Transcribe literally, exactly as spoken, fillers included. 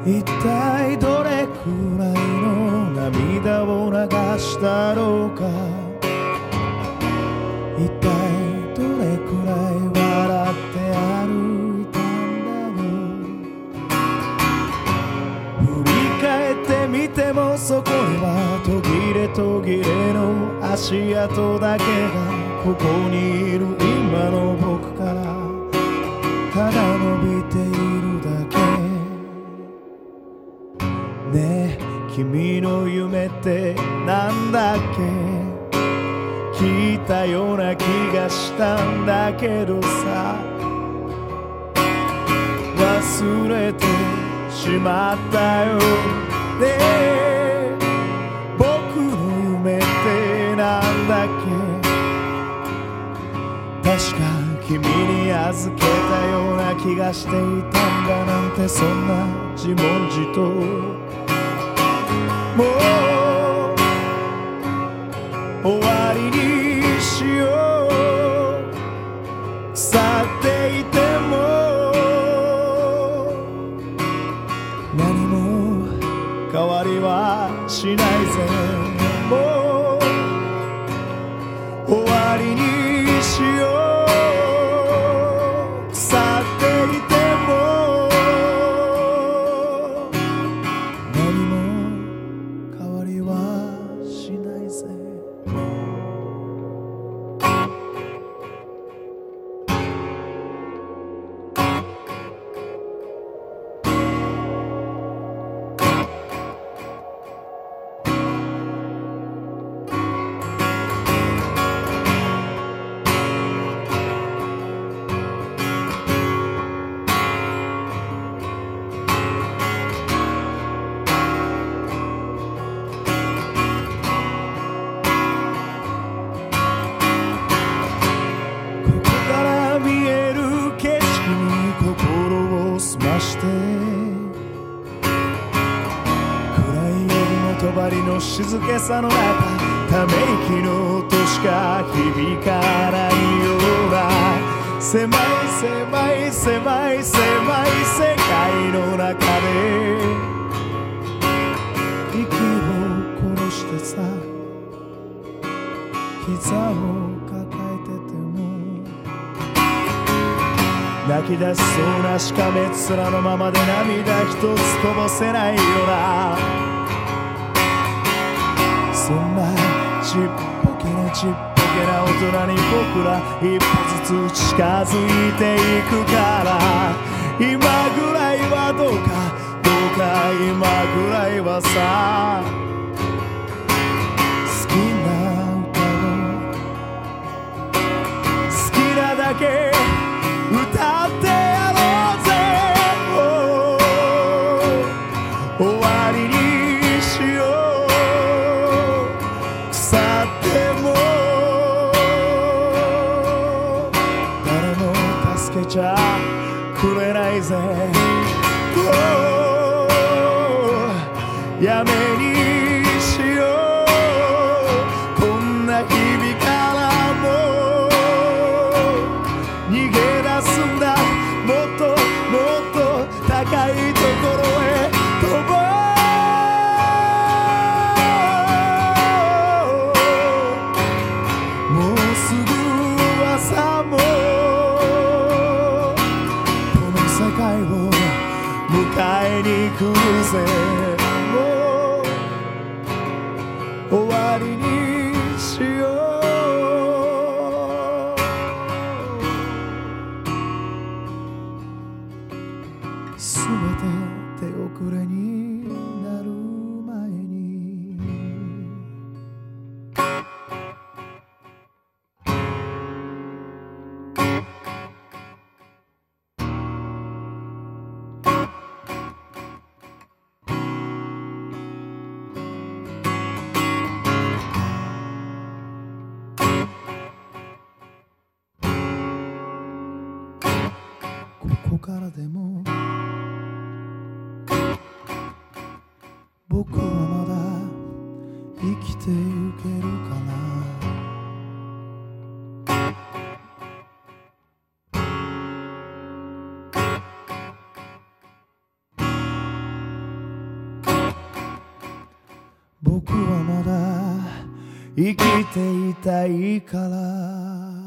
一体どれくらいの涙を流したろうか。一体どれくらい笑って歩いたんだろう。振り返ってみてもそこには途切れ途切れの足跡だけがここにいる今の僕からただ伸びているだけ。ねえ君の夢ってなんだっけ。聞いたような気がしたんだけどさ、忘れてしまったよ。ねえ僕の夢ってなんだっけ。確か君に預けたような気がしていたんだなんて、そんな自問自答もう終わりにしよう。腐っていても何も変わりはしないぜ。もう終わりにしよう。腐っていても何も変わりはしないぜ。静けさの中、ため息の音しか響かないような狭い狭い狭い狭い世界の中で息を殺してさ、膝を抱えてても泣き出しそうなしかめっ面のままで涙一つこぼせないような、そんなちっぽけなちっぽけな大人に僕ら一歩ずつ近づいていくから、今ぐらいはどうかどうか今ぐらいはさ、好きな歌を好きなだけ歌ってやろうぜ。終わりにしよう。じゃくれないぜ。やめにしよう。こんな日々からも逃げ出すんだ。もっともっと高いところへ飛ぼう。もうすぐ朝も迎えに来るぜ。もう終わりにしよう。すべて手遅れになる前にここからでも僕はまだ生きてゆけるかな。 僕はまだ生きていたいから